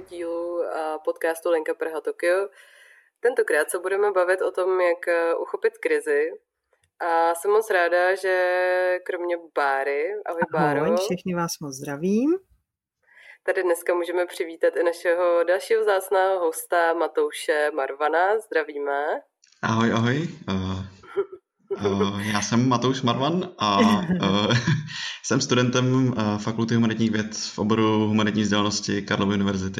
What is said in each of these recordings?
dílu podcastu Lenka Praha Tokio. Tentokrát se budeme bavit o tom, jak uchopit krizi. A jsem moc ráda, že kromě Báry, ahoj Báro. Ahoj, všechny vás moc zdravím. Tady dneska můžeme přivítat i našeho dalšího vzácného hosta Matouše Marvana. Zdravíme. Ahoj. Já jsem Matouš Marvan a jsem studentem Fakulty humanitních věd v oboru humanitní vzdělanosti Karlovy univerzity.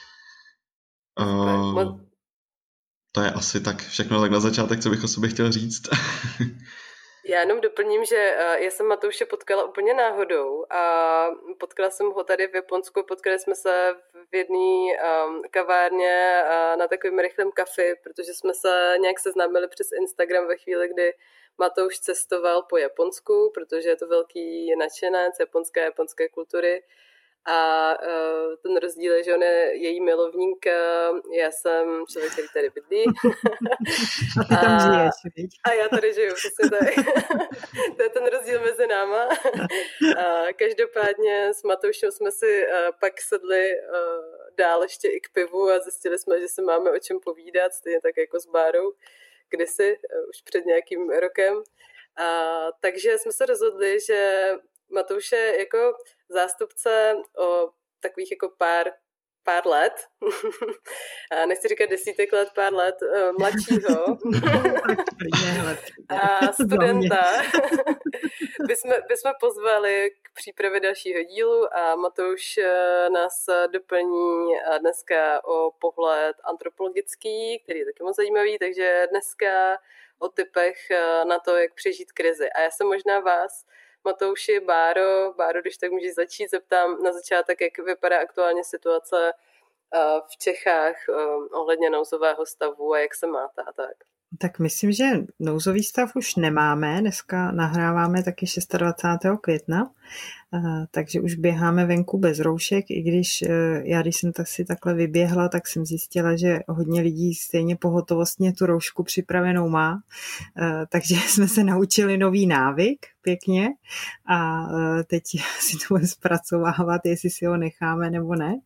To je asi tak všechno tak na začátek, co bych o sobě chtěl říct. Já jenom doplním, že já jsem Matouše potkala úplně náhodou a potkala jsem ho tady v Japonsku, potkali jsme se v jedné kavárně na takovém rychlém kafi, protože jsme se nějak seznámili přes Instagram ve chvíli, kdy Matouš cestoval po Japonsku, protože je to velký nadšenec japonské kultury. A ten rozdíl je, že on je její milovník, já jsem člověk, který tady bydlí. A ty tam žiješ, viď? A já tady žiju, přesně tak. To je ten rozdíl mezi náma. Každopádně s Matoušem jsme si pak sedli dál ještě i k pivu a zjistili jsme, že se máme o čem povídat, stejně tak jako s Bárou kdysi, už před nějakým rokem. Takže jsme se rozhodli, že Matouš je jako zástupce o takových jako pár let, nechci říkat desítek let, pár let mladšího a studenta bychom pozvali k přípravě dalšího dílu a Matouš nás doplní dneska o pohled antropologický, který je taky moc zajímavý, takže dneska o tipech na to, jak přežít krizi. A já jsem možná vás, Matouši, Báro, když tak můžeš začít, zeptám na začátek, jak vypadá aktuálně situace v Čechách ohledně nouzového stavu a jak se máte a tak. Tak myslím, že nouzový stav už nemáme. Dneska nahráváme taky 26. května, takže už běháme venku bez roušek, i když já, když jsem si takhle vyběhla, tak jsem zjistila, že hodně lidí stejně pohotovostně tu roušku připravenou má, takže jsme se naučili nový návyk pěkně a teď si to budeme zpracovávat, jestli si ho necháme nebo ne.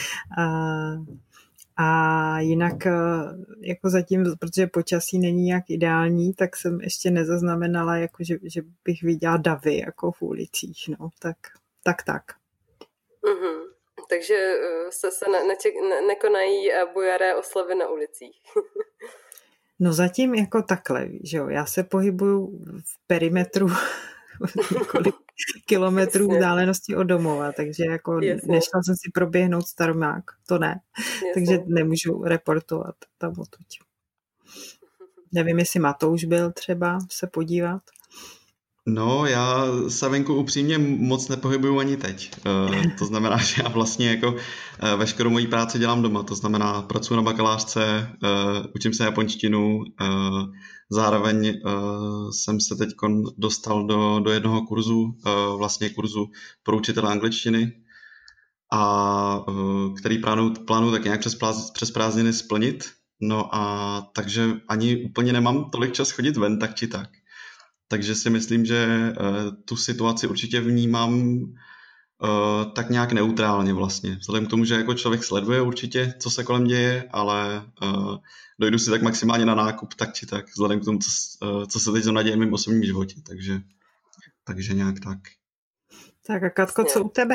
A jinak jako zatím, protože počasí není nějak ideální, tak jsem ještě nezaznamenala, jako že bych viděla davy jako v ulicích. No, tak. Mm-hmm. Takže se nekonají bojaré oslavy na ulicích. No zatím jako takhle, že jo. Já se pohybuju v perimetru několik kilometrů vzdálenosti od domova, takže jako nešla jsem si proběhnout Staromák, to ne. Takže nemůžu reportovat tam odtud. Nevím, jestli Matouš byl třeba se podívat. No, já se venku upřímně moc nepohybuju ani teď. To znamená, že já vlastně jako veškerou mojí práci dělám doma. To znamená, pracuji na bakalářce, učím se japonštinu, zároveň jsem se teď dostal do jednoho kurzu, vlastně kurzu pro učitele angličtiny, a který plánuju tak nějak přes prázdniny splnit. No a takže ani úplně nemám tolik čas chodit ven, tak či tak. Takže si myslím, že tu situaci určitě vnímám tak nějak neutrálně vlastně. Vzhledem k tomu, že jako člověk sleduje určitě, co se kolem děje, ale dojdu si tak maximálně na nákup, tak či tak, vzhledem k tomu, co se teď děje v mém osobním životě. Takže nějak tak. Tak a Katko, co u tebe?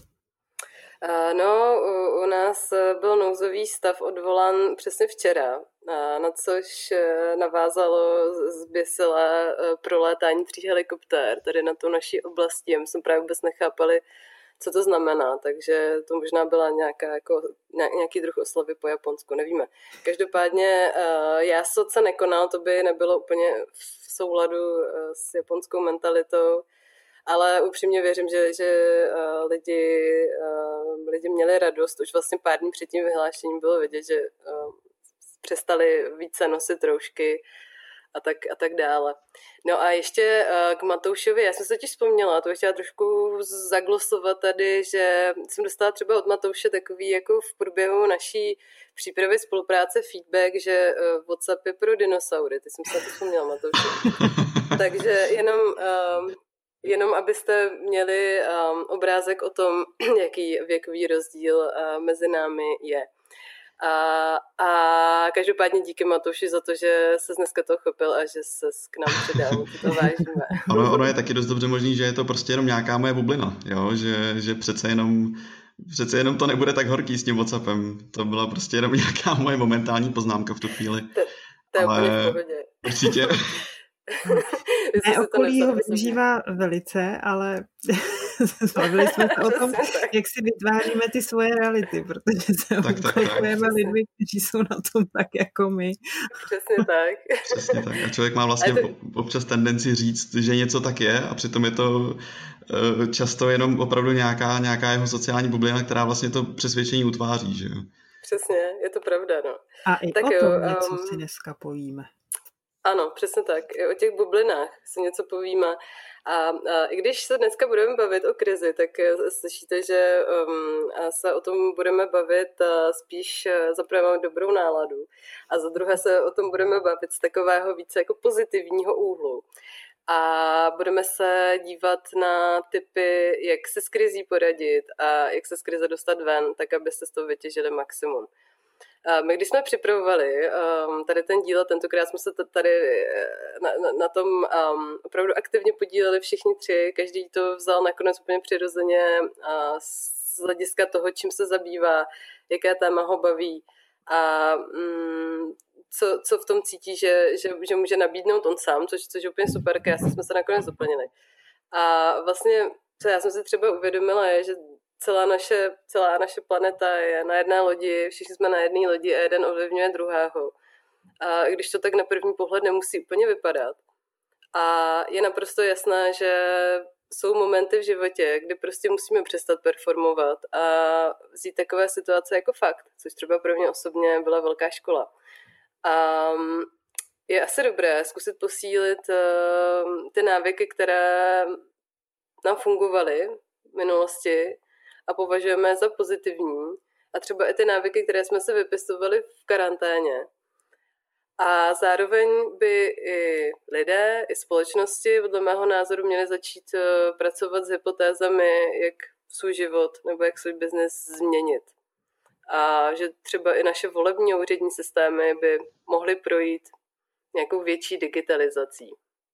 No, u nás byl nouzový stav odvolán přesně včera, na což navázalo zběsilé prolétání 3 helikoptér tady na tu naší oblasti. My jsme právě vůbec nechápali, co to znamená, takže to možná byla nějaký druh oslavy po Japonsku, nevíme. Každopádně Jásoc se nekonal, to by nebylo úplně v souladu s japonskou mentalitou, ale upřímně věřím, že lidi měli radost. Už vlastně pár dní před tím vyhlášením bylo vidět, že přestali více nosit roušky a tak dále. No a ještě k Matoušovi, já jsem se totiž vzpomněla, to bych chtěla trošku zaglosovat tady, že jsem dostala třeba od Matouše takový jako v průběhu naší přípravy spolupráce feedback, že WhatsApp je pro dinosaury. Ty jsem se na to vzpomněla, Matouši. Takže Jenom abyste měli obrázek o tom, jaký věkový rozdíl mezi námi je. A každopádně díky Matouši za to, že se dneska toho chopil a že se k nám přidal, to vážíme. Ono je taky dost dobře možný, že je to prostě jenom nějaká moje bublina, jo? Že přece jenom to nebude tak horký s tím WhatsAppem. To byla prostě jenom nějaká moje momentální poznámka v tu chvíli. To je úplně v pohodě. Určitě. Okolí ho využívá velice, ale bavili jsme se o tom, jak si vytváříme ty svoje reality, protože se obklopujeme lidmi, kteří jsou na tom tak jako my. Přesně tak. Přesně tak. A člověk má vlastně občas tendenci říct, že něco tak je a přitom je to často jenom opravdu nějaká jeho sociální bublina, která vlastně to přesvědčení utváří, že jo? Přesně, je to pravda, no. A i tak o tom něco si dneska povíme. Ano, přesně tak. I o těch bublinách si něco povíme. A i když se dneska budeme bavit o krizi, tak slyšíte, že se o tom budeme bavit spíš za prvé máme dobrou náladu a za druhé se o tom budeme bavit z takového více jako pozitivního úhlu. A budeme se dívat na typy, jak se s krizí poradit a jak se z krize dostat ven, tak abyste z toho vytěžili maximum. My když jsme připravovali tady ten díl, tentokrát jsme se tady na tom opravdu aktivně podíleli všichni tři, každý to vzal nakonec úplně přirozeně z hlediska toho, čím se zabývá, jaké téma ho baví a co v tom cítí, že může nabídnout on sám, což je úplně super, krásně jsme se nakonec doplnili. A vlastně, co já jsem si třeba uvědomila, je, že celá naše planeta je na jedné lodi, všichni jsme na jedné lodi a jeden ovlivňuje druhého. A když to tak na první pohled nemusí úplně vypadat. A je naprosto jasné, že jsou momenty v životě, kdy prostě musíme přestat performovat a vzít takové situace jako fakt, což třeba pro mě osobně byla velká škola. A je asi dobré zkusit posílit ty návyky, které nám fungovaly v minulosti, a považujeme za pozitivní a třeba i ty návyky, které jsme se vypěstovali v karanténě. A zároveň by i lidé, i společnosti podle mého názoru měly začít pracovat s hypotézami, jak svůj život nebo jak svůj biznes změnit. A že třeba i naše volební a úřední systémy by mohly projít nějakou větší digitalizací.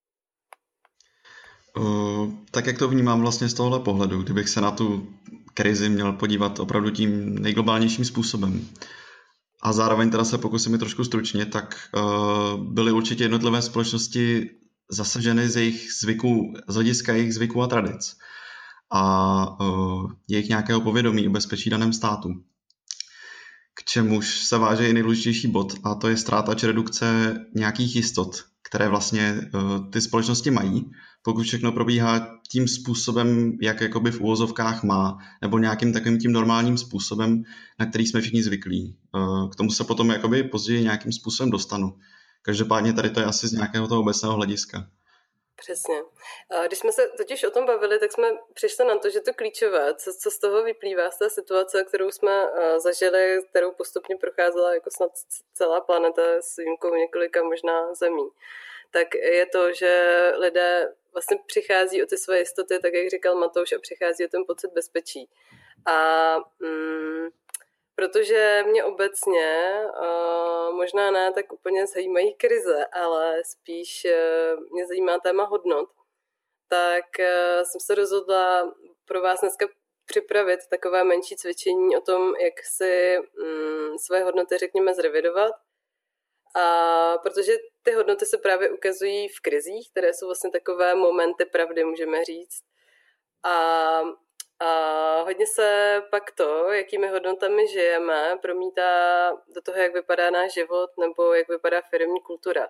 Tak jak to vnímám vlastně z tohohle pohledu, kdybych se na tu krizi měl podívat opravdu tím nejglobálnějším způsobem. A zároveň teda se pokusím trošku stručně, tak byly určitě jednotlivé společnosti zasaženy z hlediska jejich zvyků a tradic a jejich nějakého povědomí o bezpečí daném státu. K čemuž se váže i nejdůležitější bod, a to je ztráta či redukce nějakých jistot, které vlastně ty společnosti mají, pokud všechno probíhá tím způsobem, jak jakoby v uvozovkách má, nebo nějakým takovým tím normálním způsobem, na který jsme všichni zvyklí. K tomu se potom jakoby později nějakým způsobem dostanu. Každopádně tady to je asi z nějakého toho obecného hlediska. Přesně. Když jsme se totiž o tom bavili, tak jsme přišli na to, že to klíčové, co z toho vyplývá z té situace, kterou jsme zažili, kterou postupně procházela jako snad celá planeta s výjimkou několika možná zemí, tak je to, že lidé vlastně přichází o ty své jistoty, tak jak říkal Matouš, a přichází o ten pocit bezpečí. A protože mě obecně možná ne tak úplně zajímají krize, ale spíš mě zajímá téma hodnot, tak jsem se rozhodla pro vás dneska připravit takové menší cvičení o tom, jak si své hodnoty, řekněme, zrevidovat. A protože ty hodnoty se právě ukazují v krizích, které jsou vlastně takové momenty pravdy, můžeme říct. A hodně se pak to, jakými hodnotami žijeme, promítá do toho, jak vypadá náš život nebo jak vypadá firemní kultura.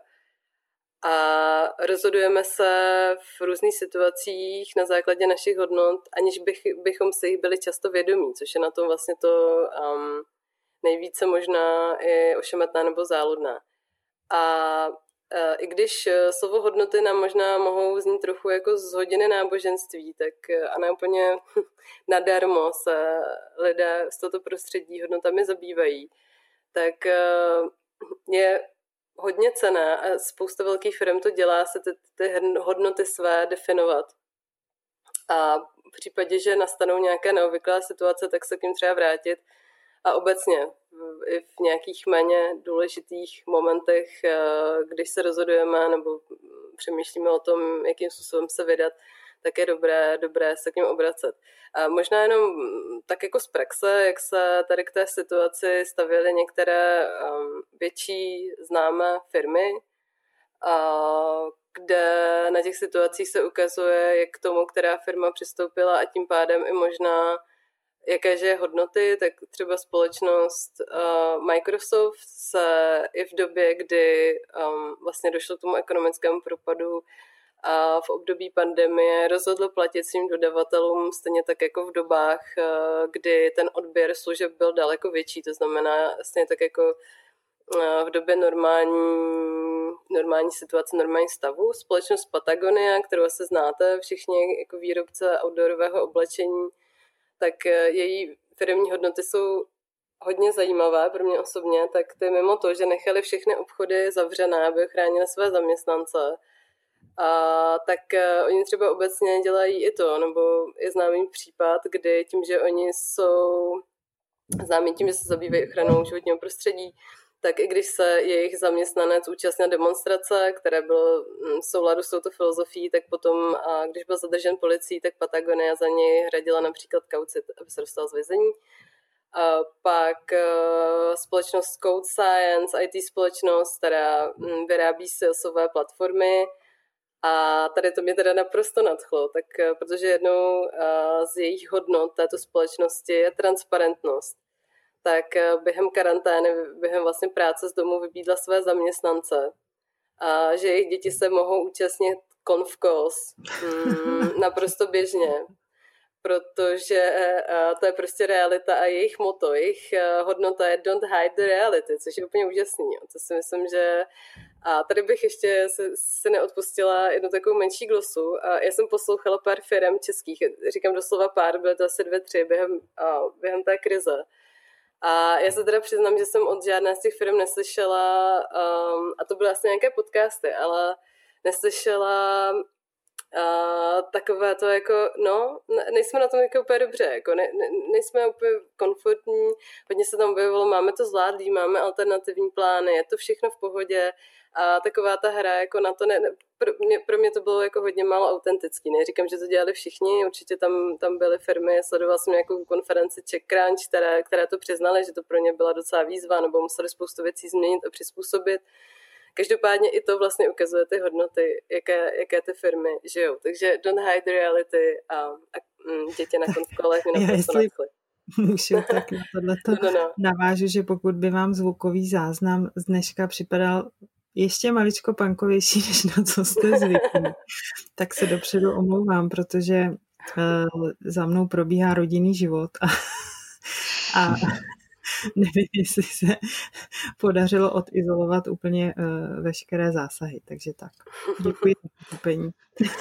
A rozhodujeme se v různých situacích na základě našich hodnot, aniž bychom si jich byli často vědomí, což je na tom vlastně to nejvíce možná i ošemetná nebo záludná. A i když slovo hodnoty nám možná mohou znít trochu jako z hodiny náboženství, tak a ne úplně nadarmo se lidé z tohoto prostředí hodnotami zabývají, tak je hodně cenné a spousta velkých firm to dělá, se ty hodnoty své definovat a v případě, že nastanou nějaké neobvyklé situace, tak se k ním třeba vrátit a obecně i v nějakých méně důležitých momentech, když se rozhodujeme nebo přemýšlíme o tom, jakým způsobem se vydat, tak je dobré se k ním obracet. A možná jenom tak jako z praxe, jak se tady k té situaci stavěly některé větší známé firmy, kde na těch situacích se ukazuje, jak k tomu, která firma přistoupila a tím pádem i možná jakéže je hodnoty, tak třeba společnost Microsoft se i v době, kdy vlastně došlo k tomu ekonomickému propadu a v období pandemie rozhodl platit svým dodavatelům stejně tak jako v dobách, kdy ten odběr služeb byl daleko větší, to znamená stejně tak jako v době normální situace, normální stavu. Společnost Patagonia, kterou se znáte všichni jako výrobce outdoorového oblečení, tak její firemní hodnoty jsou hodně zajímavé pro mě osobně, tak ty mimo to, že nechali všechny obchody zavřené, aby chránili své zaměstnance, tak oni třeba obecně dělají i to, nebo je známý případ, kdy tím, že oni jsou známí tím, že se zabývají ochranou životního prostředí, tak i když se jejich zaměstnanec účastnil demonstrace, které bylo v souladu s touto filozofií, tak potom, když byl zadržen policií, tak Patagonia za něj hradila například kauci, aby se dostal z vězení. A pak společnost Code Science, IT společnost, která vyrábí salesové platformy. A tady to mě teda naprosto nadchlo, tak protože jednou z jejich hodnot této společnosti je transparentnost. Tak během karantény, během vlastně práce z domu vybídla své zaměstnance a že jejich děti se mohou účastnit konfkos naprosto běžně, protože to je prostě realita a jejich motto, jejich hodnota je don't hide the reality, což je úplně úžasný. Jo. To si myslím, že a tady bych ještě se neodpustila jednu takovou menší glosu. A já jsem poslouchala pár firem českých, říkám doslova pár, byly to asi 2-3 během té krize. A já se teda přiznám, že jsem od žádné z těch firm neslyšela, a to byly asi nějaké podcasty, ale neslyšela takové to jako, nejsme na tom jako úplně dobře, jako nejsme úplně komfortní, hodně se tam objevilo, máme to zvládlý, máme alternativní plány, je to všechno v pohodě a taková ta hra jako na to, pro mě to bylo jako hodně málo autentický, neříkám, že to dělali všichni, určitě tam byly firmy, sledoval jsem nějakou konferenci CheckCrunch, které to přiznali, že to pro ně byla docela výzva, nebo museli spoustu věcí změnit a přizpůsobit. Každopádně i to vlastně ukazuje ty hodnoty, jaké ty firmy žijou. Takže don't hide the reality a děti na konfkolech mi naprosto nadchly. Můžu tak na tohleto navážu, že pokud by vám zvukový záznam z dneška připadal ještě maličko punkovější, než na co jste zvyklí, tak se dopředu omlouvám, protože za mnou probíhá rodinný život a nevím, jestli se podařilo odizolovat úplně veškeré zásahy, takže tak. Děkuji za pochopení.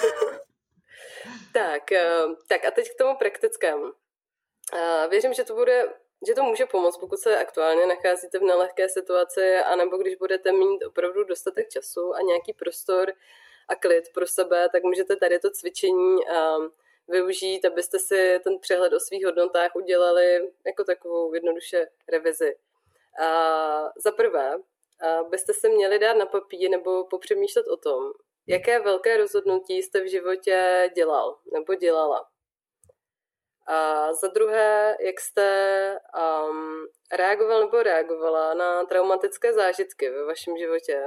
Tak a teď k tomu praktickému. Věřím, že to může pomoct, pokud se aktuálně nacházíte v nelehké situaci, anebo když budete mít opravdu dostatek času a nějaký prostor a klid pro sebe, tak můžete tady to cvičení využít, abyste si ten přehled o svých hodnotách udělali jako takovou jednoduše revizi. Za prvé, byste se měli dát na papír nebo popřemýšlet o tom, jaké velké rozhodnutí jste v životě dělal nebo dělala. A za druhé, jak jste reagoval nebo reagovala na traumatické zážitky ve vašem životě.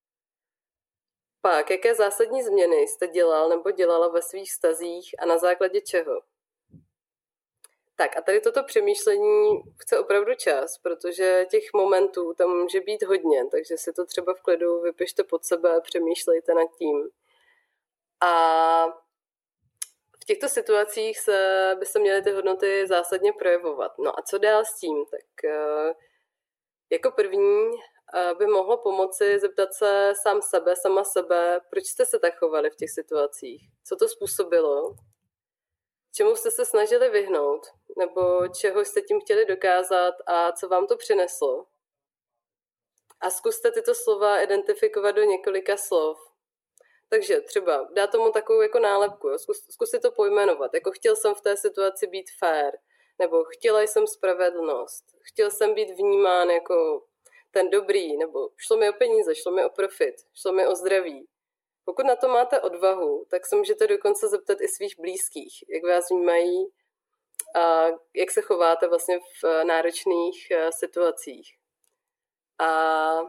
Pak, jaké zásadní změny jste dělal nebo dělala ve svých vztazích a na základě čeho? Tak a tady toto přemýšlení chce opravdu čas, protože těch momentů tam může být hodně, takže si to třeba v klidu vypište pod sebe a přemýšlejte nad tím. A v těchto situacích by se měly ty hodnoty zásadně projevovat. No a co dál s tím? Tak jako první by mohlo pomoci zeptat se sama sebe, proč jste se tak chovali v těch situacích? Co to způsobilo? Čemu jste se snažili vyhnout? Nebo čeho jste tím chtěli dokázat a co vám to přineslo? A zkuste tyto slova identifikovat do několika slov. Takže třeba dá tomu takovou jako nálepku, jo? Zkus si to pojmenovat, jako chtěl jsem v té situaci být fair, nebo chtěla jsem spravedlnost, chtěl jsem být vnímán jako ten dobrý, nebo šlo mi o peníze, šlo mi o profit, šlo mi o zdraví. Pokud na to máte odvahu, tak se můžete dokonce zeptat i svých blízkých, jak vás vnímají a jak se chováte vlastně v náročných situacích. A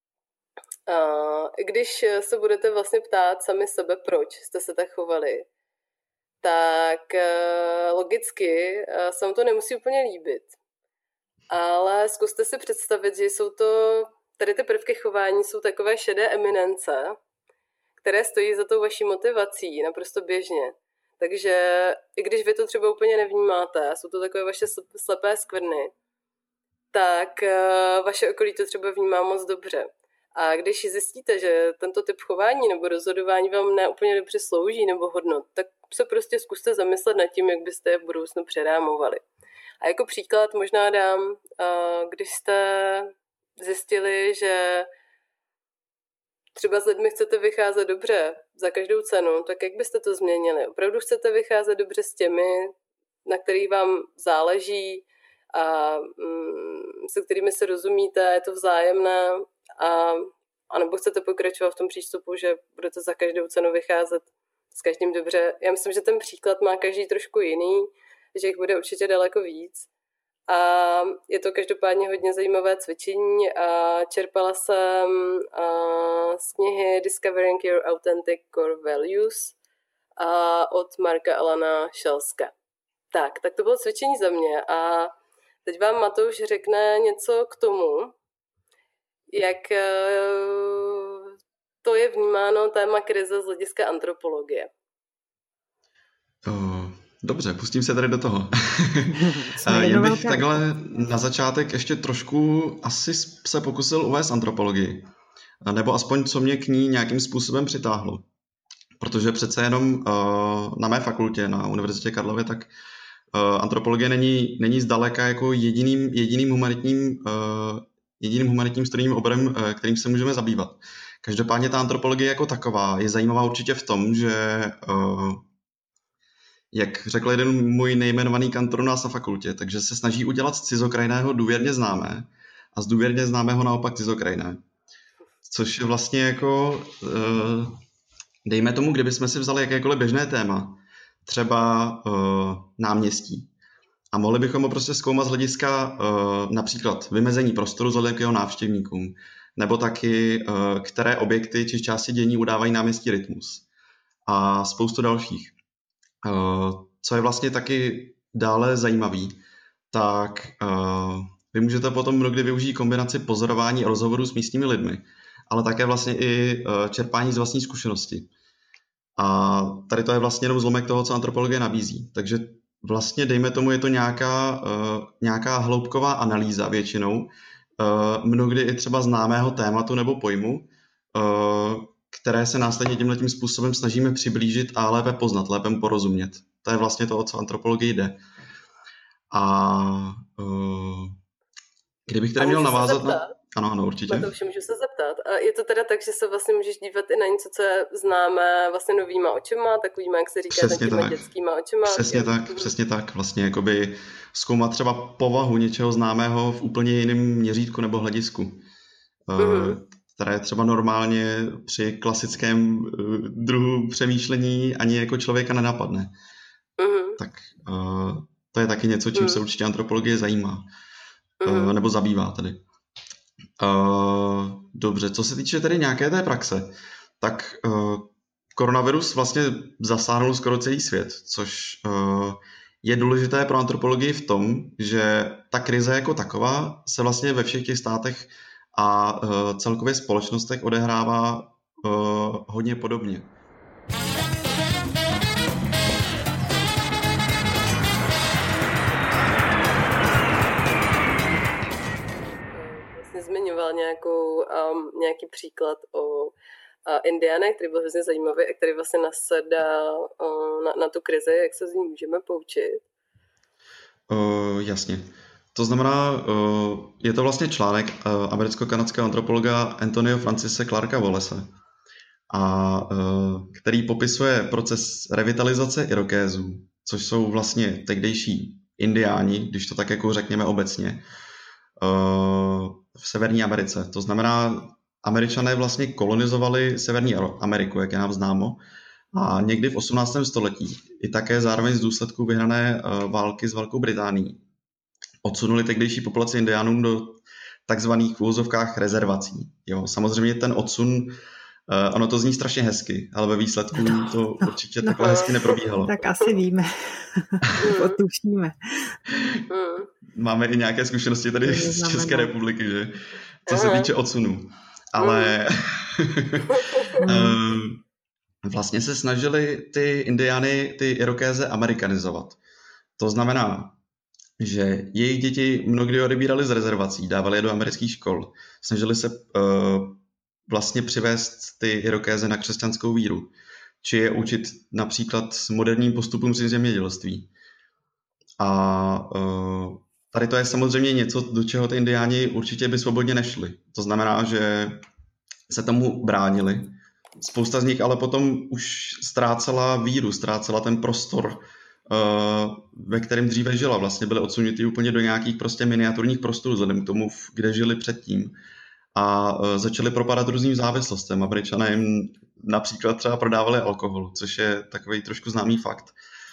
když se budete vlastně ptát sami sebe, proč jste se tak chovali, tak logicky se vám to nemusí úplně líbit. Ale zkuste si představit, že jsou to, tady ty prvky chování jsou takové šedé eminence, které stojí za tou vaší motivací naprosto běžně. Takže i když vy to třeba úplně nevnímáte, jsou to takové vaše slepé skvrny, tak vaše okolí to třeba vnímá moc dobře. A když zjistíte, že tento typ chování nebo rozhodování vám neúplně dobře slouží nebo hodnot, tak se prostě zkuste zamyslet nad tím, jak byste je v budoucnu přerámovali. A jako příklad možná dám, když jste zjistili, že třeba s lidmi chcete vycházet dobře za každou cenu, tak jak byste to změnili? Opravdu chcete vycházet dobře s těmi, na kterých vám záleží a se kterými se rozumíte, je to vzájemné, a nebo chcete pokračovat v tom přístupu, že budete za každou cenu vycházet s každým dobře. Já myslím, že ten příklad má každý trošku jiný, že jich bude určitě daleko víc. A je to každopádně hodně zajímavé cvičení a čerpala jsem z knihy Discovering Your Authentic Core Values od Marka Alana Šelska. Tak to bylo cvičení za mě a teď vám Matouš řekne něco k tomu, jak to je vnímáno téma krize z hlediska antropologie. Dobře, pustím se tady do toho. Jen bych takhle na začátek ještě trošku asi se pokusil uvést antropologii. Nebo aspoň, co mě k ní nějakým způsobem přitáhlo. Protože přece jenom na mé fakultě, na Univerzitě Karlově, tak antropologie není zdaleka jako jediným humanitním studijním oborem, kterým se můžeme zabývat. Každopádně ta antropologie jako taková je zajímavá určitě v tom, že jak řekl jeden můj nejmenovaný kantor u nás na fakultě, takže se snaží udělat z cizokrajného důvěrně známé a z důvěrně známého naopak cizokrajné. Což je vlastně jako, dejme tomu, kdybychom si vzali jakékoliv běžné téma, třeba náměstí, a mohli bychom ho prostě zkoumat z hlediska například vymezení prostoru vzhledem k jeho návštěvníkům, nebo taky, které objekty či části dění udávají náměstí rytmus a spoustu dalších. Co je vlastně taky dále zajímavý, tak vy můžete potom mnohdy využít kombinaci pozorování a rozhovorů s místními lidmi, ale také vlastně i čerpání z vlastní zkušenosti. A tady to je vlastně jenom zlomek toho, co antropologie nabízí. Takže vlastně, dejme tomu, je to nějaká hloubková analýza většinou, mnohdy i třeba známého tématu nebo pojmu, které se následně tímhletím způsobem snažíme přiblížit a lépe poznat, lépe porozumět. To je vlastně to, o co antropologii jde. A kdybych tady měl navázat na... Ano, určitě. Matouši, můžu se zeptat. A je to teda tak, že se vlastně můžeš dívat i na něco, co známe vlastně novýma očima, takovýma, jak se říká, těma dětskýma očima? Přesně tak. Vlastně jakoby zkoumat třeba povahu něčeho známého v úplně jiném měřítku nebo hledisku. Které třeba normálně při klasickém druhu přemýšlení ani jako člověka nenapadne. Tak to je taky něco, čím se určitě antropologie zajímá. Nebo zabývá tedy. Dobře, co se týče tedy nějaké té praxe, tak koronavirus vlastně zasáhnul skoro celý svět, což je důležité pro antropologii v tom, že ta krize jako taková se vlastně ve všech těch státech a celkově společnostech odehrává hodně podobně. Vlastně zmiňoval nějaký příklad o Indiánech, který byl hrozně zajímavý a který vlastně nasedá na tu krizi, jak se z ní můžeme poučit. Jasně. To znamená, je to vlastně článek americko-kanadského antropologa Anthonyho Francise Clarka Wallace, a který popisuje proces revitalizace Irokézů, což jsou vlastně tehdejší indiáni, když to tak jako řekněme obecně, v Severní Americe. To znamená, Američané vlastně kolonizovali Severní Ameriku, jak je nám známo, a někdy v 18. století i také zároveň z důsledku vyhrané války s Velkou Británií odsunuli tehdejší populaci indiánům do takzvaných v úvozovkách rezervací. Jo, samozřejmě ten odsun, ono to zní strašně hezky, ale ve výsledku to určitě takhle hezky neprobíhalo. Tak asi víme, potušíme. Máme i nějaké zkušenosti tady z České republiky, že? Co se týče odsunů. Ale vlastně se snažili ty indiány, ty Irokéze amerikanizovat. To znamená, že jejich děti mnohdy odebírali z rezervací, dávali je do amerických škol. Snažili se vlastně přivést ty Irokéze na křesťanskou víru, či je učit například s moderním postupům při zemědělství. A tady to je samozřejmě něco, do čeho ty indiáni určitě by svobodně nešli. To znamená, že se tomu bránili. Spousta z nich ale potom už ztrácela víru, ztrácela ten prostor, ve kterém dříve žila. Vlastně byly odsunutí úplně do nějakých prostě miniaturních prostorů, vzhledem k tomu, kde žili předtím. A začali propadat různým závislostem. Američané jim například třeba prodávali alkohol, což je takový trošku známý fakt.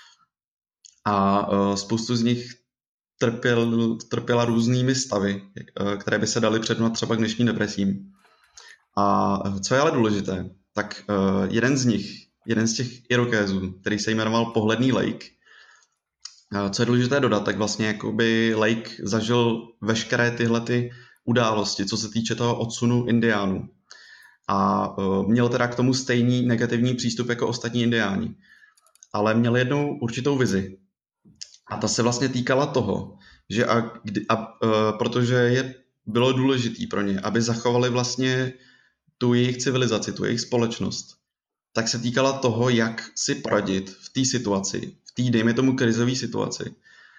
A spoustu z nich trpěla různými stavy, které by se daly přednat třeba k dnešním depresím. A co je ale důležité, tak jeden z těch Irokézů, který se jmenoval Pohledný Lake, co je důležité dodat, tak vlastně jakoby Lake zažil veškeré tyhle ty události, co se týče toho odsunu indiánů. A měl teda k tomu stejný negativní přístup jako ostatní indiáni. Ale měl jednu určitou vizi. A ta se vlastně týkala toho, že protože bylo důležitý pro ně, aby zachovali vlastně tu jejich civilizaci, tu jejich společnost, tak se týkala toho, jak si poradit v té situaci, v té, dejme tomu, krizové situaci,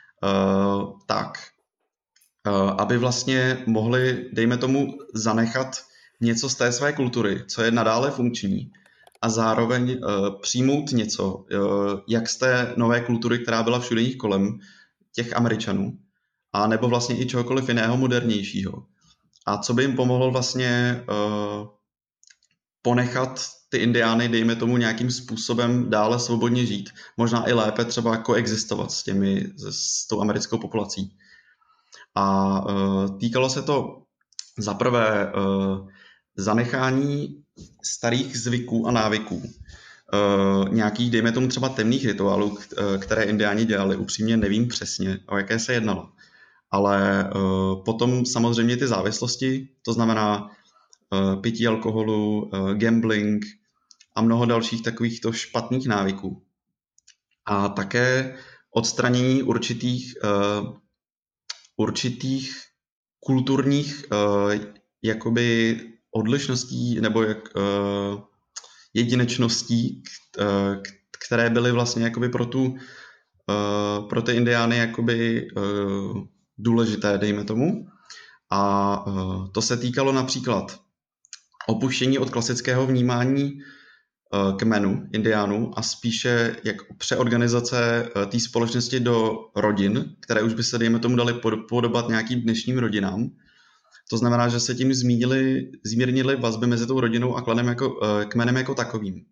aby vlastně mohli, dejme tomu, zanechat něco z té své kultury, co je nadále funkční, a zároveň přijmout něco, jak z té nové kultury, která byla všude jich kolem těch Američanů, a nebo vlastně i čehokoliv jiného modernějšího. A co by jim pomohlo vlastně ponechat ty indiány, dejme tomu, nějakým způsobem dále svobodně žít, možná i lépe třeba koexistovat s tou americkou populací. A týkalo se to zaprvé zanechání starých zvyků a návyků. Nějakých, dejme tomu, třeba temných rituálů, které indiáni dělali, upřímně nevím přesně, o jaké se jednalo. Ale potom samozřejmě ty závislosti, to znamená pití alkoholu, gambling a mnoho dalších takovýchto špatných návyků. A také odstranění určitých kulturních jakoby odlišností nebo jedinečností, které byly vlastně jakoby pro ty indiány jakoby důležité, dejme tomu. A to se týkalo například opuštění od klasického vnímání kmenu indiánů a spíše jak přeorganizace té společnosti do rodin, které už by se, dejme tomu, dali podobat nějakým dnešním rodinám. To znamená, že se tím zmírnily vazby mezi tou rodinou a kmenem jako takovým.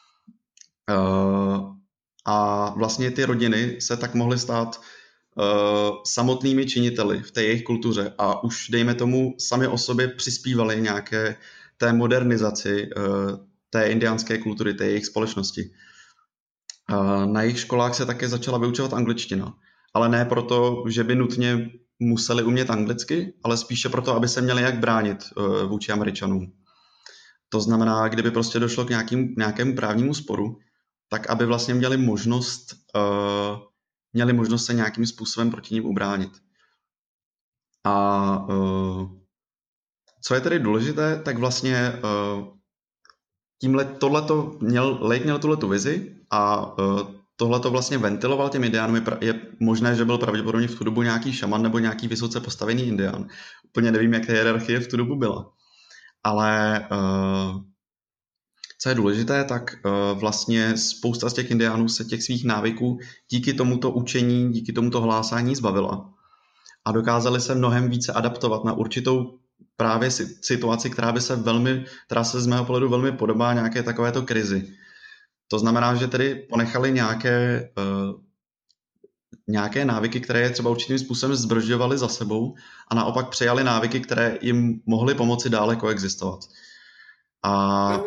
A vlastně ty rodiny se tak mohly stát samotnými činiteli v té jejich kultuře a už, dejme tomu, sami o sobě přispívali nějaké té modernizaci té indiánské kultury, té jejich společnosti. Na jejich školách se také začala vyučovat angličtina, ale ne proto, že by nutně museli umět anglicky, ale spíše proto, aby se měli jak bránit vůči Američanům. To znamená, kdyby prostě došlo k nějakému právnímu sporu, tak aby vlastně měli možnost se nějakým způsobem proti ním ubránit. A co je tedy důležité, tak vlastně Lake měl tuhletu vizi a tohleto vlastně ventiloval těm indiánům. Je možné, že byl pravděpodobně v tu dobu nějaký šaman nebo nějaký vysoce postavený indián. Úplně nevím, jak ta hierarchie v tu dobu byla. Ale co je důležité, tak vlastně spousta z těch indiánů se těch svých návyků díky tomuto učení, díky tomuto hlásání zbavila. A dokázali se mnohem více adaptovat na určitou právě situaci, která se z mého pohledu velmi podobá nějaké takovéto krizi. To znamená, že tedy ponechali nějaké návyky, které je třeba určitým způsobem zdržovaly za sebou a naopak přijali návyky, které jim mohly pomoci dále koexistovat. A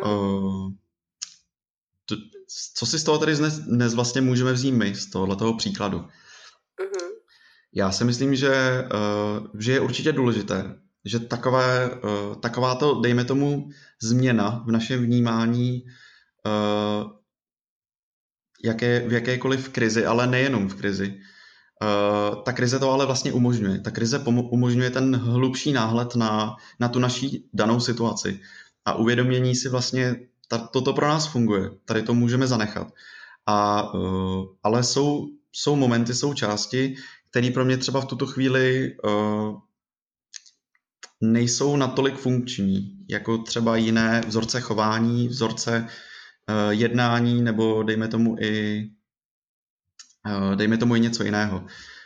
co si z toho tedy dnes vlastně můžeme vzít my, z tohoto příkladu? Já si myslím, že je určitě důležité, že takováto, dejme tomu, změna v našem vnímání v jakékoliv krizi, ale nejenom v krizi. Ta krize to ale vlastně umožňuje. Ta krize umožňuje ten hlubší náhled na tu naší danou situaci a uvědomění si vlastně, toto pro nás funguje, tady to můžeme zanechat. Ale jsou momenty, jsou části, které pro mě třeba v tuto chvíli nejsou natolik funkční, jako třeba jiné vzorce chování, vzorce jednání, nebo dejme tomu i něco jiného.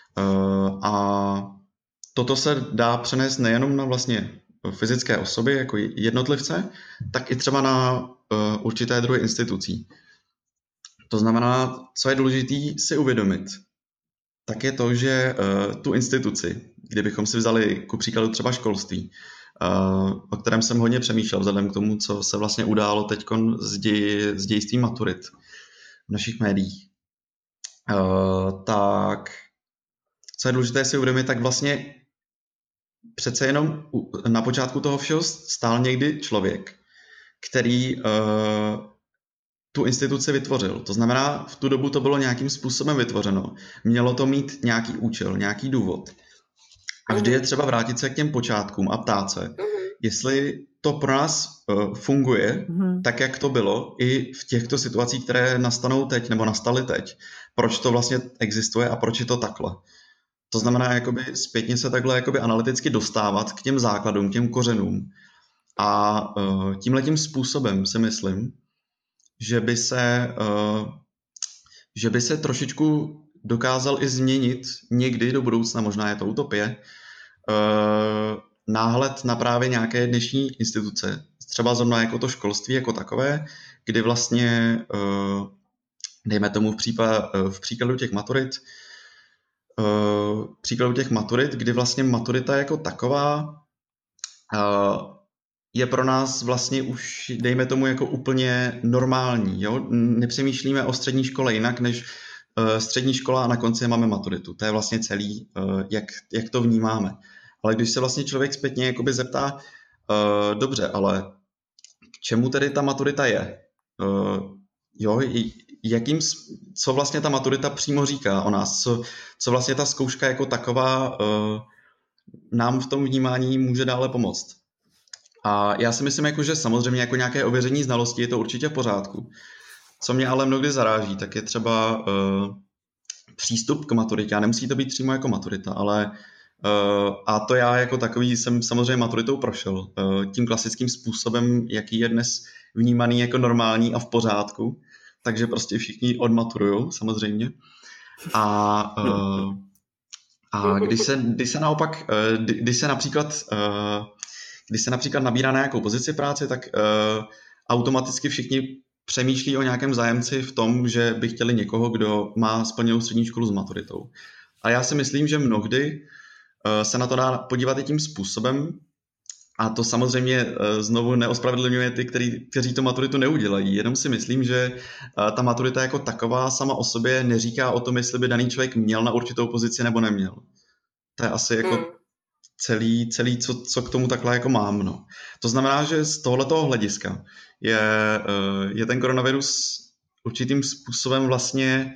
A toto se dá přenést nejenom na vlastně fyzické osoby jako jednotlivce, tak i třeba na určité druhy institucí. To znamená, co je důležité si uvědomit, tak je to, že tu instituci, kdybychom si vzali ku příkladu třeba školství, o kterém jsem hodně přemýšlel vzhledem k tomu, co se vlastně událo teď s dějstvím maturit v našich médiích. Tak co je důležité si uvědomit, tak vlastně přece jenom na počátku toho všeho stál někdy člověk, který tu instituci vytvořil. To znamená, v tu dobu to bylo nějakým způsobem vytvořeno. Mělo to mít nějaký účel, nějaký důvod. A vždy je třeba vrátit se k těm počátkům a ptát se, jestli to pro nás funguje tak, jak to bylo, i v těchto situacích, které nastanou teď nebo nastaly teď. Proč to vlastně existuje a proč je to takhle. To znamená jakoby zpětně se takhle jakoby analyticky dostávat k těm základům, k těm kořenům. A tímhletím způsobem si myslím, že by se trošičku dokázal i změnit někdy do budoucna, možná je to utopie, náhled na právě nějaké dnešní instituce. Třeba zrovna jako to školství jako takové, kdy vlastně, dejme tomu v příkladu těch maturit, kdy vlastně maturita jako taková je pro nás vlastně už, dejme tomu, jako úplně normální. Jo? Nepřemýšlíme o střední škole jinak, než střední škola a na konci máme maturitu. To je vlastně celý, jak to vnímáme. Ale když se vlastně člověk zpětně jakoby zeptá, dobře, ale k čemu tedy ta maturita je? Co vlastně ta maturita přímo říká o nás? Co vlastně ta zkouška jako taková nám v tom vnímání může dále pomoct? A já si myslím, že samozřejmě jako nějaké ověření znalosti je to určitě v pořádku. Co mě ale mnohdy zaráží, tak je třeba přístup k maturitě. A nemusí to být přímo jako maturita, ale a to já jako takový jsem samozřejmě maturitou prošel. Tím klasickým způsobem, jaký je dnes vnímaný jako normální a v pořádku. Takže prostě všichni odmaturujou, samozřejmě. A když se například nabírá na nějakou pozici práci, tak automaticky všichni přemýšlí o nějakém zájemci v tom, že by chtěli někoho, kdo má splněnou střední školu s maturitou. A já si myslím, že mnohdy se na to dá podívat i tím způsobem, a to samozřejmě znovu neospravedlňuje ty, kteří tu maturitu neudělají. Jenom si myslím, že ta maturita jako taková sama o sobě neříká o tom, jestli by daný člověk měl na určitou pozici nebo neměl. To je asi jako celý co k tomu takhle jako mám. No. To znamená, že z tohoto hlediska je ten koronavirus určitým způsobem vlastně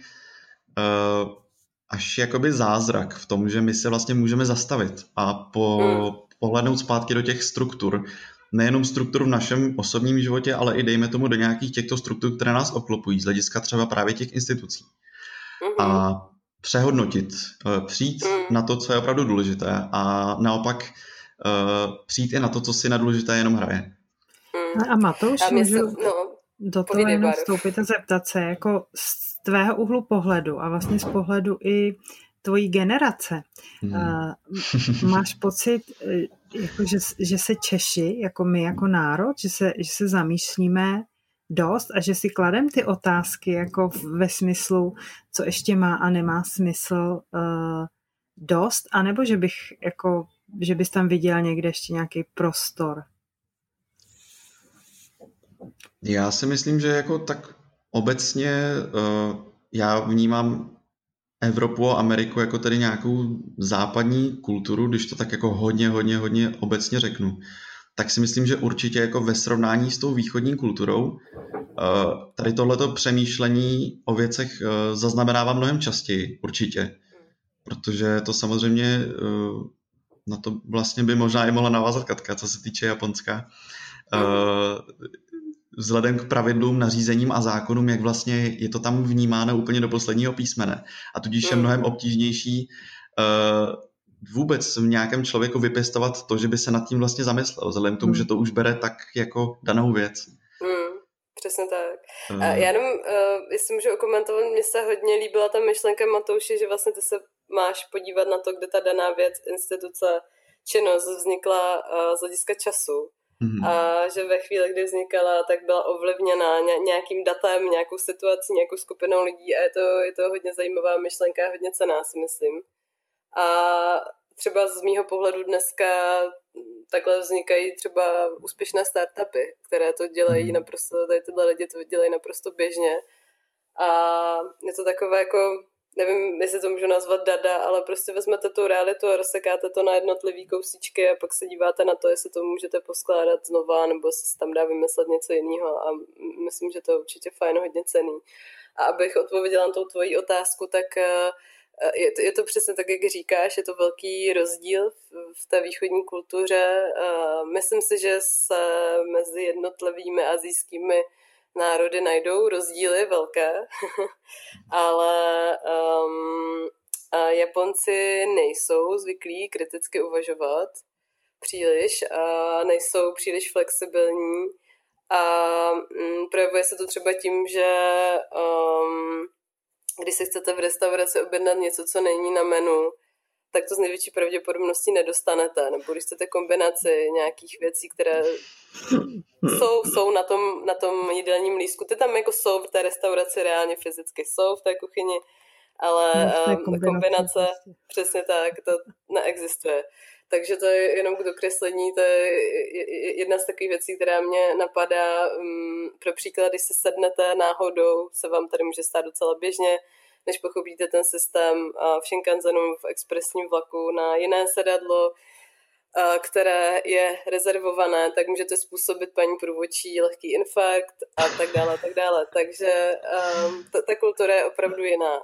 až jakoby zázrak v tom, že my se vlastně můžeme zastavit a pohlednout zpátky do těch struktur. Nejenom struktur v našem osobním životě, ale i dejme tomu do nějakých těchto struktur, které nás obklopují, z hlediska třeba právě těch institucí. A přehodnotit, přijít na to, co je opravdu důležité a naopak přijít i na to, co si na důležité jenom hraje. A Matouš, do toho jenom vstoupit a zeptat se, jako z tvého úhlu pohledu a vlastně z pohledu i tvojí generace. Máš pocit, jako že se Češi, jako my jako národ, že se zamýšlíme dost a že si kladem ty otázky jako ve smyslu, co ještě má a nemá smysl dost, anebo že bys tam viděl někde ještě nějaký prostor? Já si myslím, že jako tak obecně já vnímám Evropu a Ameriku jako tedy nějakou západní kulturu, když to tak jako hodně obecně řeknu, tak si myslím, že určitě jako ve srovnání s tou východní kulturou tady tohleto přemýšlení o věcech zaznamenávám mnohem častěji, určitě. Protože to samozřejmě na to vlastně by možná i mohla navázat Katka, co se týče Japonska. Vzhledem k pravidlům, nařízením a zákonům, jak vlastně je to tam vnímáno úplně do posledního písmene. A tudíž je mnohem obtížnější vůbec v nějakém člověku vypěstovat to, že by se nad tím vlastně zamyslel, vzhledem k tomu, že to už bere tak jako danou věc. Přesně tak. A já jenom, jestli můžu okomentovat, mně se hodně líbila ta myšlenka Matouši, že vlastně ty se máš podívat na to, kde ta daná věc, instituce, činnost vznikla z hlediska času. A že ve chvíli, kdy vznikala, tak byla ovlivněna nějakým datem, nějakou situací, nějakou skupinou lidí a je to hodně zajímavá myšlenka, hodně cenná, si myslím. A třeba z mýho pohledu dneska takhle vznikají třeba úspěšné startupy, které to dělají naprosto, tady tyhle lidi to dělají naprosto běžně. A je to takové jako, nevím, jestli to můžu nazvat dada, ale prostě vezmete tu realitu a rozsekáte to na jednotlivý kousíčky a pak se díváte na to, jestli to můžete poskládat znova, nebo se tam dá vymyslet něco jiného a myslím, že to je určitě fajn, hodně cenný. A abych odpověděla na tou tvojí otázku, tak je to přesně tak, jak říkáš, je to velký rozdíl v té východní kultuře. Myslím si, že se mezi jednotlivými asijskými národy najdou rozdíly velké, ale Japonci nejsou zvyklí kriticky uvažovat příliš a nejsou příliš flexibilní a projevuje se to třeba tím, že když si chcete v restauraci objednat něco, co není na menu, tak to z největší pravděpodobností nedostanete. Nebo když chcete kombinaci nějakých věcí, které jsou na tom jídelním lístku. Ty tam jako jsou v té restauraci reálně fyzicky, jsou v té kuchyni, ale kombinace, přesně tak, to neexistuje. Takže to je jenom k dokreslení, to je jedna z takových věcí, která mě napadá. Pro příklad, když se sednete náhodou, se vám tady může stát docela běžně, než pochopíte ten systém v Shinkanzenu, v expresním vlaku na jiné sedadlo, které je rezervované, tak můžete způsobit paní průvodčí lehký infarkt a tak dále, a tak dále. Takže ta kultura je opravdu jiná.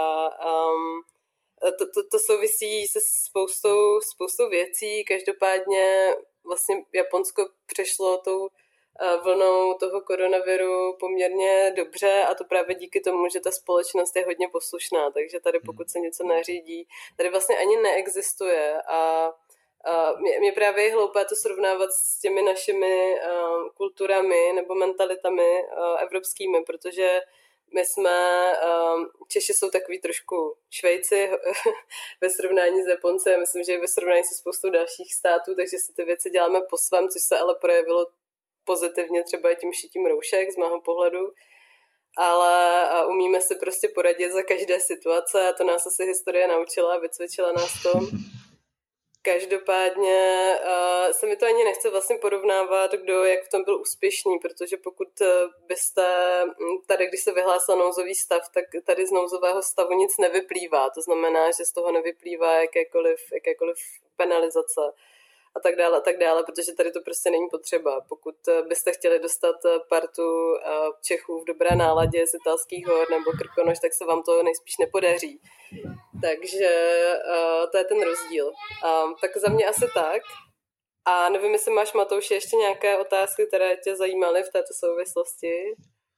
To souvisí se spoustou věcí. Každopádně vlastně Japonsko přešlo tou vlnou toho koronaviru poměrně dobře a to právě díky tomu, že ta společnost je hodně poslušná, takže tady pokud se něco nařídí, tady vlastně ani neexistuje a mě právě je hloupé to srovnávat s těmi našimi kulturami nebo mentalitami evropskými, protože my jsme, Češi jsou takový trošku Švejci ve srovnání s Japonci, myslím, že i ve srovnání se spoustou dalších států, takže si ty věci děláme po svém, což se ale projevilo pozitivně třeba tím šitím roušek z mého pohledu, ale umíme si prostě poradit za každé situace a to nás asi historie naučila a vycvičila nás to. Každopádně se mi to ani nechce vlastně porovnávat, kdo jak v tom byl úspěšný, protože pokud byste tady, když se vyhlásil nouzový stav, tak tady z nouzového stavu nic nevyplývá. To znamená, že z toho nevyplývá jakékoliv penalizace a tak dále, protože tady to prostě není potřeba. Pokud byste chtěli dostat partu Čechů v dobré náladě z italských hor nebo Krkonoš, tak se vám to nejspíš nepodaří. Takže to je ten rozdíl. Tak za mě asi tak. A nevím, jestli máš, Matouši, ještě nějaké otázky, které tě zajímaly v této souvislosti?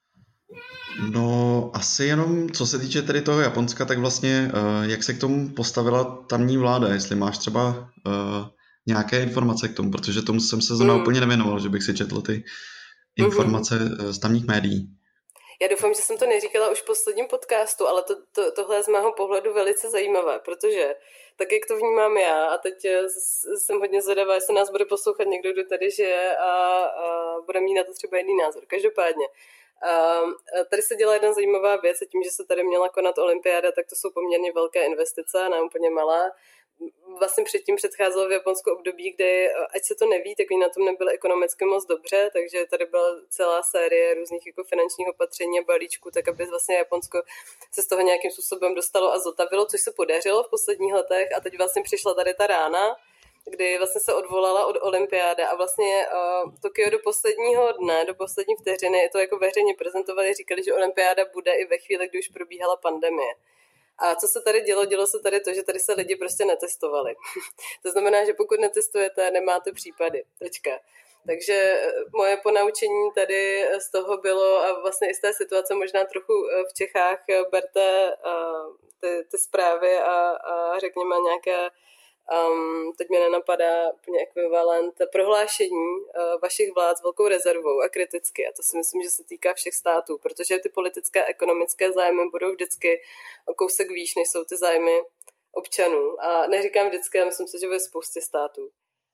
No, asi jenom, co se týče tedy toho Japonska, tak vlastně, jak se k tomu postavila tamní vláda, jestli máš třeba nějaké informace k tomu, protože tomu jsem se zrovna úplně nevěnoval, že bych si četl ty informace z tamních médií. Já doufám, že jsem to neříkala už v posledním podcastu, ale tohle je z mého pohledu velice zajímavé, protože tak, jak to vnímám já, a teď jsem hodně zvědavá, jestli nás bude poslouchat někdo, kdo tady žije a bude mít na to třeba jiný názor. Každopádně, tady se dělá jedna zajímavá věc a tím, že se tady měla konat olympiáda, tak to jsou poměrně velké investice, ne úplně malá. Vlastně předtím předcházelo v Japonsku období, kdy, ať se to neví, tak oni na tom nebyli ekonomicky moc dobře, takže tady byla celá série různých jako finančních opatření a balíčků, tak aby vlastně Japonsko se z toho nějakým způsobem dostalo a zotavilo, což se podařilo v posledních letech a teď vlastně přišla tady ta rána, kdy vlastně se odvolala od olympiády a vlastně Tokio do posledního dne, do poslední vteřiny to jako veřejně prezentovali, říkali, že olympiáda bude i ve chvíli, kdy už probíhala pandemie. A co se tady dělo? Dělo se tady to, že tady se lidi prostě netestovali. To znamená, že pokud netestujete, nemáte případy. Tečka. Takže moje ponaučení tady z toho bylo, a vlastně i z té situace možná trochu v Čechách, berte ty zprávy a řekněme nějaké, teď mě nenapadá úplně ekvivalent, prohlášení vašich vlád s velkou rezervou a kriticky. A to si myslím, že se týká všech států, protože ty politické a ekonomické zájmy budou vždycky o kousek výš, než jsou ty zájmy občanů. A neříkám vždycky, ale myslím si, že ve spoustě států.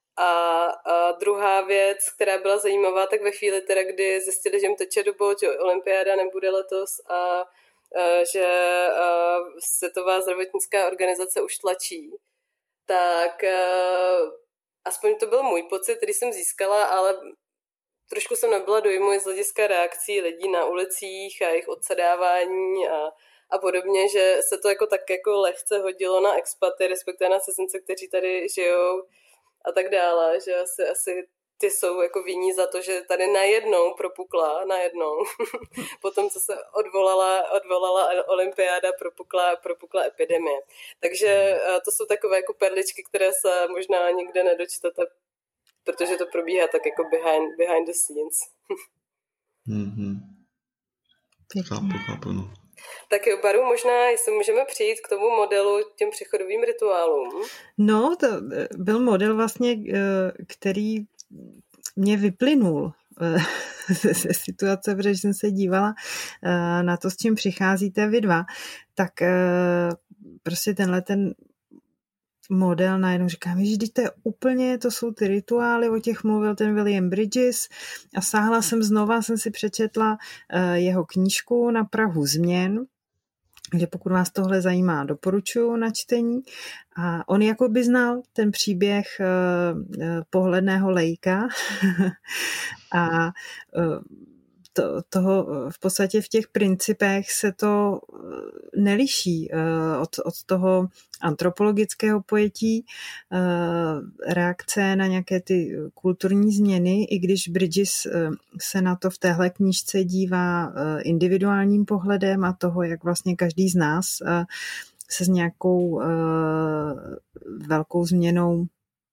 A druhá věc, která byla zajímavá, tak ve chvíli teda, kdy zjistili, že jim teče do bod, že olympiáda nebude letos a že Světová zdravotnická organizace už tlačí, tak aspoň to byl můj pocit, který jsem získala, ale trošku jsem nebyla dojmu z hlediska reakcí lidí na ulicích a jejich odsedávání a podobně, že se to jako tak jako lehce hodilo na expaty, respektive na cizince, kteří tady žijou a tak dále, že asi ty jsou jako vinní za to, že tady najednou propukla, potom co se odvolala olympiáda, propukla epidemie. Takže to jsou takové jako perličky, které se možná nikde nedočtete, protože to probíhá tak jako behind the scenes. Chápu, no. Tak jo, Baru, možná, jestli můžeme přijít k tomu modelu, těm přechodovým rituálům. No, to byl model vlastně, který mě vyplynul ze situace, protože jsem se dívala na to, s čím přicházíte vy dva, tak prostě ten model najednou říkám, že to je úplně, to jsou ty rituály, o těch mluvil ten William Bridges a sáhla jsem znova, jsem si přečetla jeho knížku Na prahu změn, že pokud vás tohle zajímá, doporučuji na čtení. A on jako by znal ten příběh pohledného lejka a toho v podstatě v těch principech se to neliší od toho antropologického pojetí, reakce na nějaké ty kulturní změny, i když Bridges se na to v téhle knížce dívá individuálním pohledem a toho, jak vlastně každý z nás se s nějakou velkou změnou,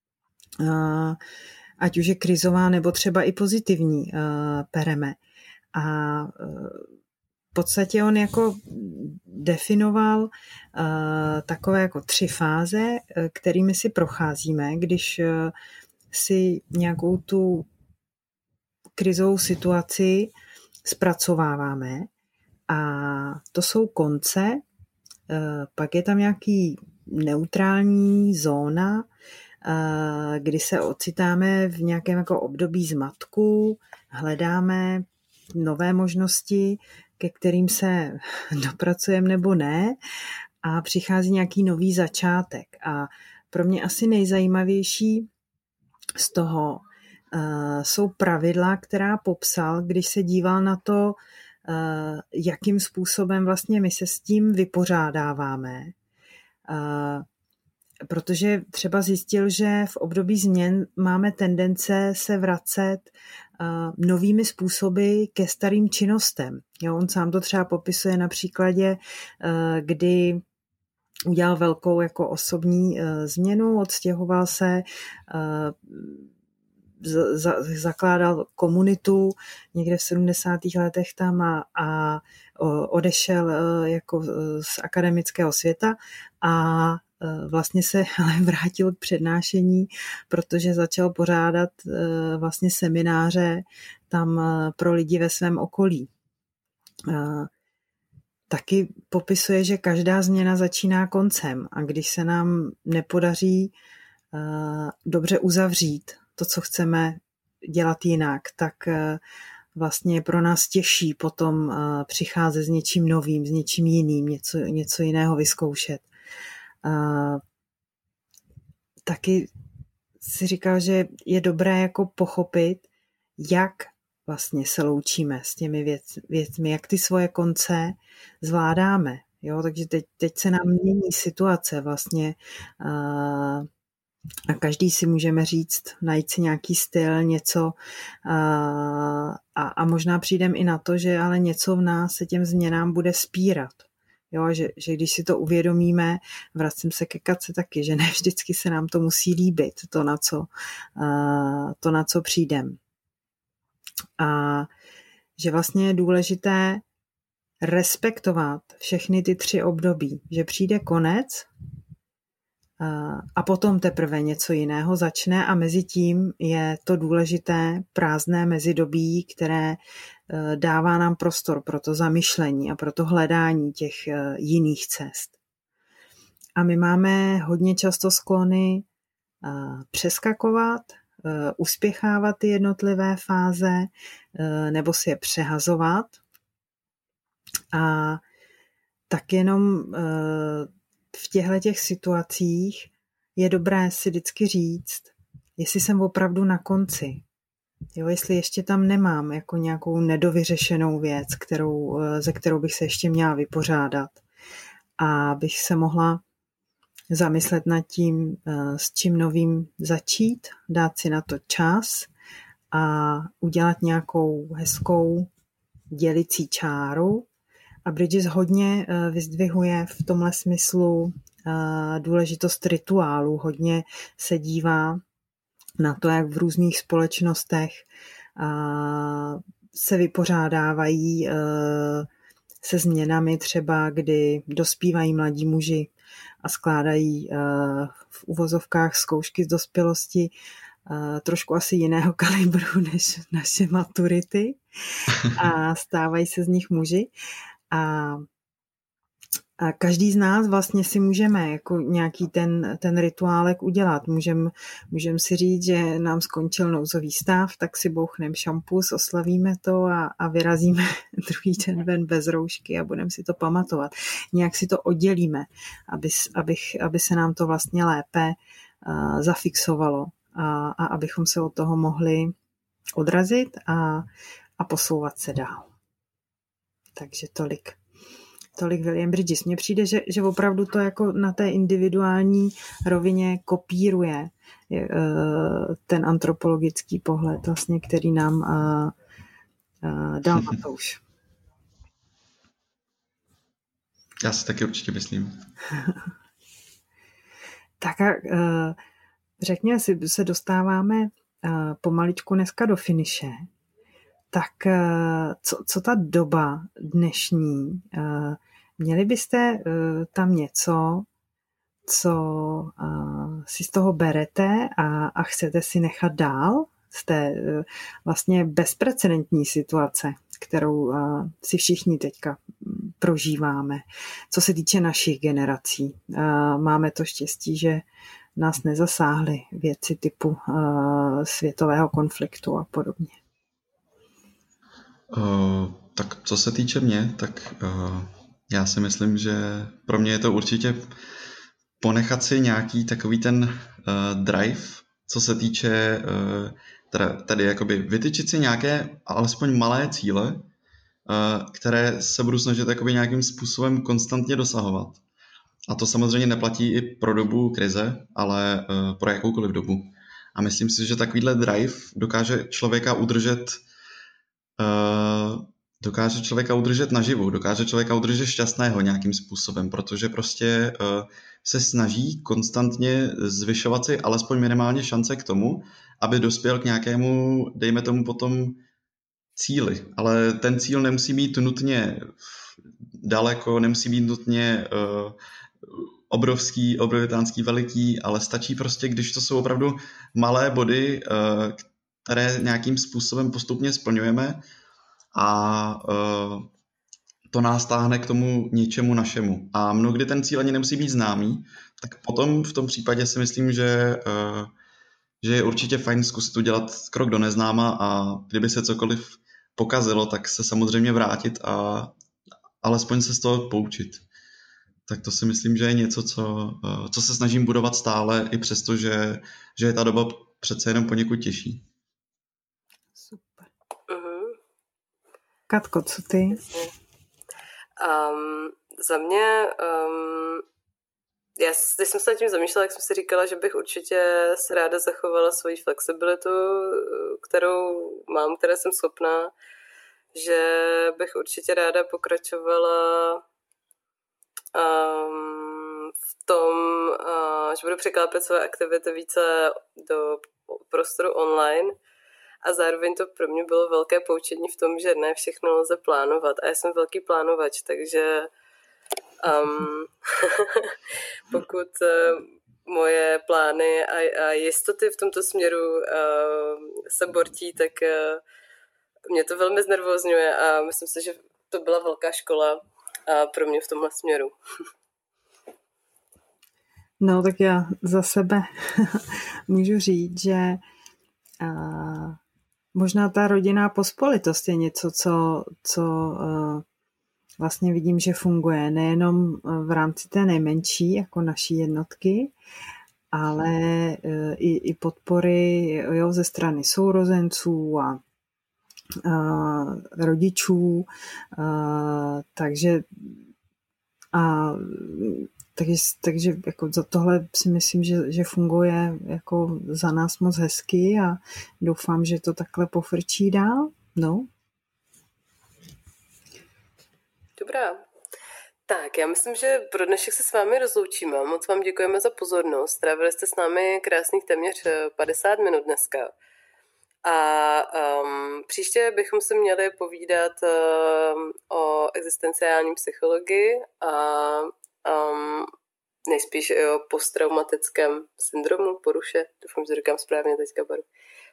ať už je krizová nebo třeba i pozitivní, pereme. A v podstatě on jako definoval takové jako 3 fáze, kterými si procházíme, když si nějakou tu krizovou situaci zpracováváme. A to jsou konce, pak je tam nějaký neutrální zóna, kdy se ocitáme v nějakém jako období zmatku, hledáme nové možnosti, ke kterým se dopracujeme nebo ne, a přichází nějaký nový začátek. A pro mě asi nejzajímavější z toho jsou pravidla, která popsal, když se díval na to, jakým způsobem vlastně my se s tím vypořádáváme. Protože třeba zjistil, že v období změn máme tendence se vracet novými způsoby ke starým činnostem. Jo, on sám to třeba popisuje na příkladě, kdy udělal velkou jako osobní změnu, odstěhoval se, zakládal komunitu někde v 70. letech tam a odešel jako z akademického světa a vlastně se ale vrátil k přednášení, protože začal pořádat vlastně semináře tam pro lidi ve svém okolí. Taky popisuje, že každá změna začíná koncem a když se nám nepodaří dobře uzavřít to, co chceme dělat jinak, tak vlastně je pro nás těžší potom přicházet s něčím novým, s něčím jiným, něco jiného vyzkoušet. Taky si říkal, že je dobré jako pochopit, jak vlastně se loučíme s těmi věcmi, jak ty svoje konce zvládáme. Jo? Takže teď se nám mění situace vlastně a každý si můžeme říct, najít si nějaký styl, něco a možná přijdeme i na to, že ale něco v nás se těm změnám bude spírat. Jo, že když si to uvědomíme, vracím se ke Katce taky, že ne vždycky se nám to musí líbit, to na co přijdem. A že vlastně je důležité respektovat všechny ty 3 období, že přijde konec a potom teprve něco jiného začne a mezi tím je to důležité prázdné mezidobí, které dává nám prostor pro to zamyšlení a pro to hledání těch jiných cest. A my máme hodně často sklony přeskakovat, uspěchávat ty jednotlivé fáze nebo si je přehazovat. A tak jenom v těchto situacích je dobré si vždycky říct, jestli jsem opravdu na konci. Jo, jestli ještě tam nemám jako nějakou nedovyřešenou věc, ze kterou bych se ještě měla vypořádat. A bych se mohla zamyslet nad tím, s čím novým začít, dát si na to čas a udělat nějakou hezkou dělicí čáru. A Bridges hodně vyzdvihuje v tomhle smyslu důležitost rituálu. Hodně se dívá na to, jak v různých společnostech se vypořádávají se změnami třeba, kdy dospívají mladí muži a skládají v uvozovkách zkoušky z dospělosti trošku asi jiného kalibru než naše maturity a stávají se z nich muži. A každý z nás vlastně si můžeme jako nějaký ten rituálek udělat. Můžeme si říct, že nám skončil nouzový stav, tak si bouchneme šampus, oslavíme to a vyrazíme druhý den ven bez roušky a budeme si to pamatovat. Nějak si to oddělíme, aby se nám to vlastně lépe zafixovalo a abychom se od toho mohli odrazit a posouvat se dál. Takže tolik William Bridges. Mně přijde, že opravdu to jako na té individuální rovině kopíruje ten antropologický pohled, vlastně, který nám dal Matouš. Já si taky určitě myslím. Tak a řekněme si, se dostáváme pomaličku dneska do finiše. Tak co ta doba dnešní? Měli byste tam něco, co si z toho berete a chcete si nechat dál z té vlastně bezprecedentní situace, kterou si všichni teďka prožíváme. Co se týče našich generací, máme to štěstí, že nás nezasáhly věci typu světového konfliktu a podobně. Tak co se týče mě, tak já si myslím, že pro mě je to určitě ponechat si nějaký takový ten drive, co se týče tady jakoby vytyčit si nějaké alespoň malé cíle, které se budu snažit jakoby nějakým způsobem konstantně dosahovat. A to samozřejmě neplatí i pro dobu krize, ale pro jakoukoliv dobu. A myslím si, že takovýhle drive dokáže člověka udržet naživu, dokáže člověka udržet šťastného nějakým způsobem, protože prostě se snaží konstantně zvyšovat si alespoň minimálně šance k tomu, aby dospěl k nějakému, dejme tomu potom, cíli. Ale ten cíl nemusí být nutně daleko, nemusí být nutně obrovitánský, veliký, ale stačí prostě, když to jsou opravdu malé body, které nějakým způsobem postupně splňujeme a to nás táhne k tomu něčemu našemu. A mnohdy ten cíl ani nemusí být známý, tak potom v tom případě si myslím, že je určitě fajn zkusit udělat krok do neznáma a kdyby se cokoliv pokazilo, tak se samozřejmě vrátit a alespoň se z toho poučit. Tak to si myslím, že je něco, co se snažím budovat stále, i přesto, že je ta doba přece jenom poněkud těžší. Super. Katko, co ty? Za mě, když jsem se nad tím zamýšlela, jak jsem si říkala, že bych určitě si ráda zachovala svoji flexibilitu, kterou mám, které jsem schopná, že bych určitě ráda pokračovala v tom, že budu překlápět své aktivity více do prostoru online a zároveň to pro mě bylo velké poučení v tom, že ne všechno lze plánovat a já jsem velký plánovač, takže pokud moje plány a jistoty v tomto směru se bortí, tak mě to velmi znervózňuje a myslím si, že to byla velká škola pro mě v tomhle směru. No tak já za sebe můžu říct, že možná ta rodinná pospolitost je něco, co vlastně vidím, že funguje nejenom v rámci té nejmenší, jako naší jednotky, ale i podpory ze strany sourozenců a rodičů, takže jako za tohle si myslím, že funguje jako za nás moc hezky a doufám, že to takhle pofrčí dál. No. Dobrá. Tak, já myslím, že pro dnešek se s vámi rozloučíme. Moc vám děkujeme za pozornost. Strávili jste s námi krásných téměř 50 minut dneska. A příště bychom se měli povídat o existenciální psychologii a nejspíš i o posttraumatickém syndromu, poruše. Doufám, že říkám správně teďka, Baru.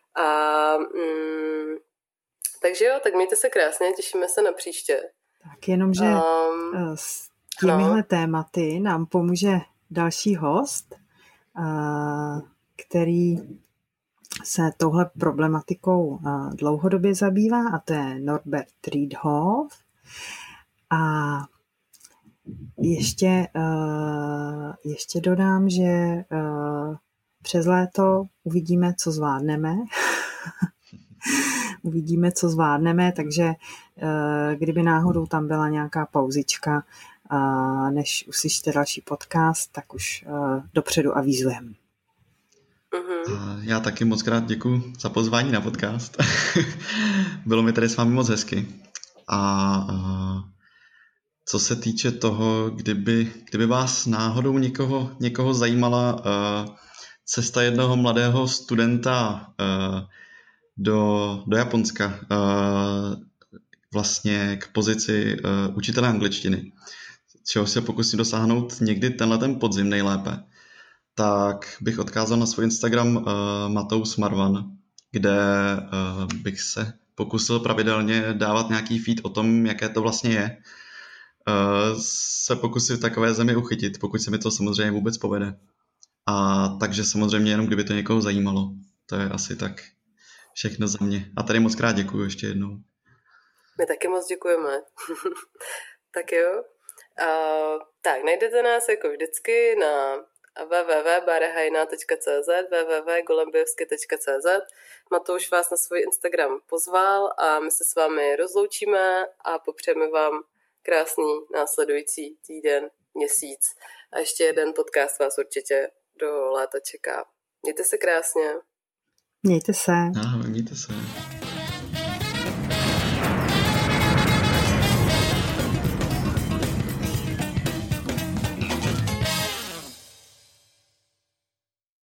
Takže jo, tak mějte se krásně, těšíme se na příště. Tak jenomže s těmihle tématy nám pomůže další host, který se touhle problematikou dlouhodobě zabývá, a to je Norbert Riedhoff. A ještě dodám, že přes léto uvidíme, co zvládneme. Takže kdyby náhodou tam byla nějaká pauzička, než uslyšíte další podcast, tak už dopředu avízujeme. Já taky moc krát děkuji za pozvání na podcast. Bylo mi tady s vámi moc hezky. A co se týče toho, kdyby vás náhodou někoho zajímala cesta jednoho mladého studenta do Japonska, vlastně k pozici učitele angličtiny, čeho se pokusím dosáhnout někdy tenhleten podzim nejlépe, tak bych odkázal na svůj Instagram Matous Marvan, kde bych se pokusil pravidelně dávat nějaký feed o tom, jaké to vlastně je. Se pokusit v takové zemi uchytit, pokud se mi to samozřejmě vůbec povede. A takže samozřejmě jenom kdyby to někoho zajímalo. To je asi tak všechno za mě. A tady moc krát děkuju ještě jednou. My taky moc děkujeme. Tak jo. Tak, najdete nás jako vždycky na www.barehajna.cz, www.golembijovsky.cz. Matouš vás na svůj Instagram pozval a my se s vámi rozloučíme a popřejeme vám krásný následující týden, měsíc. A ještě jeden podcast vás určitě do léta čeká. Mějte se krásně. Mějte se. Mějte se.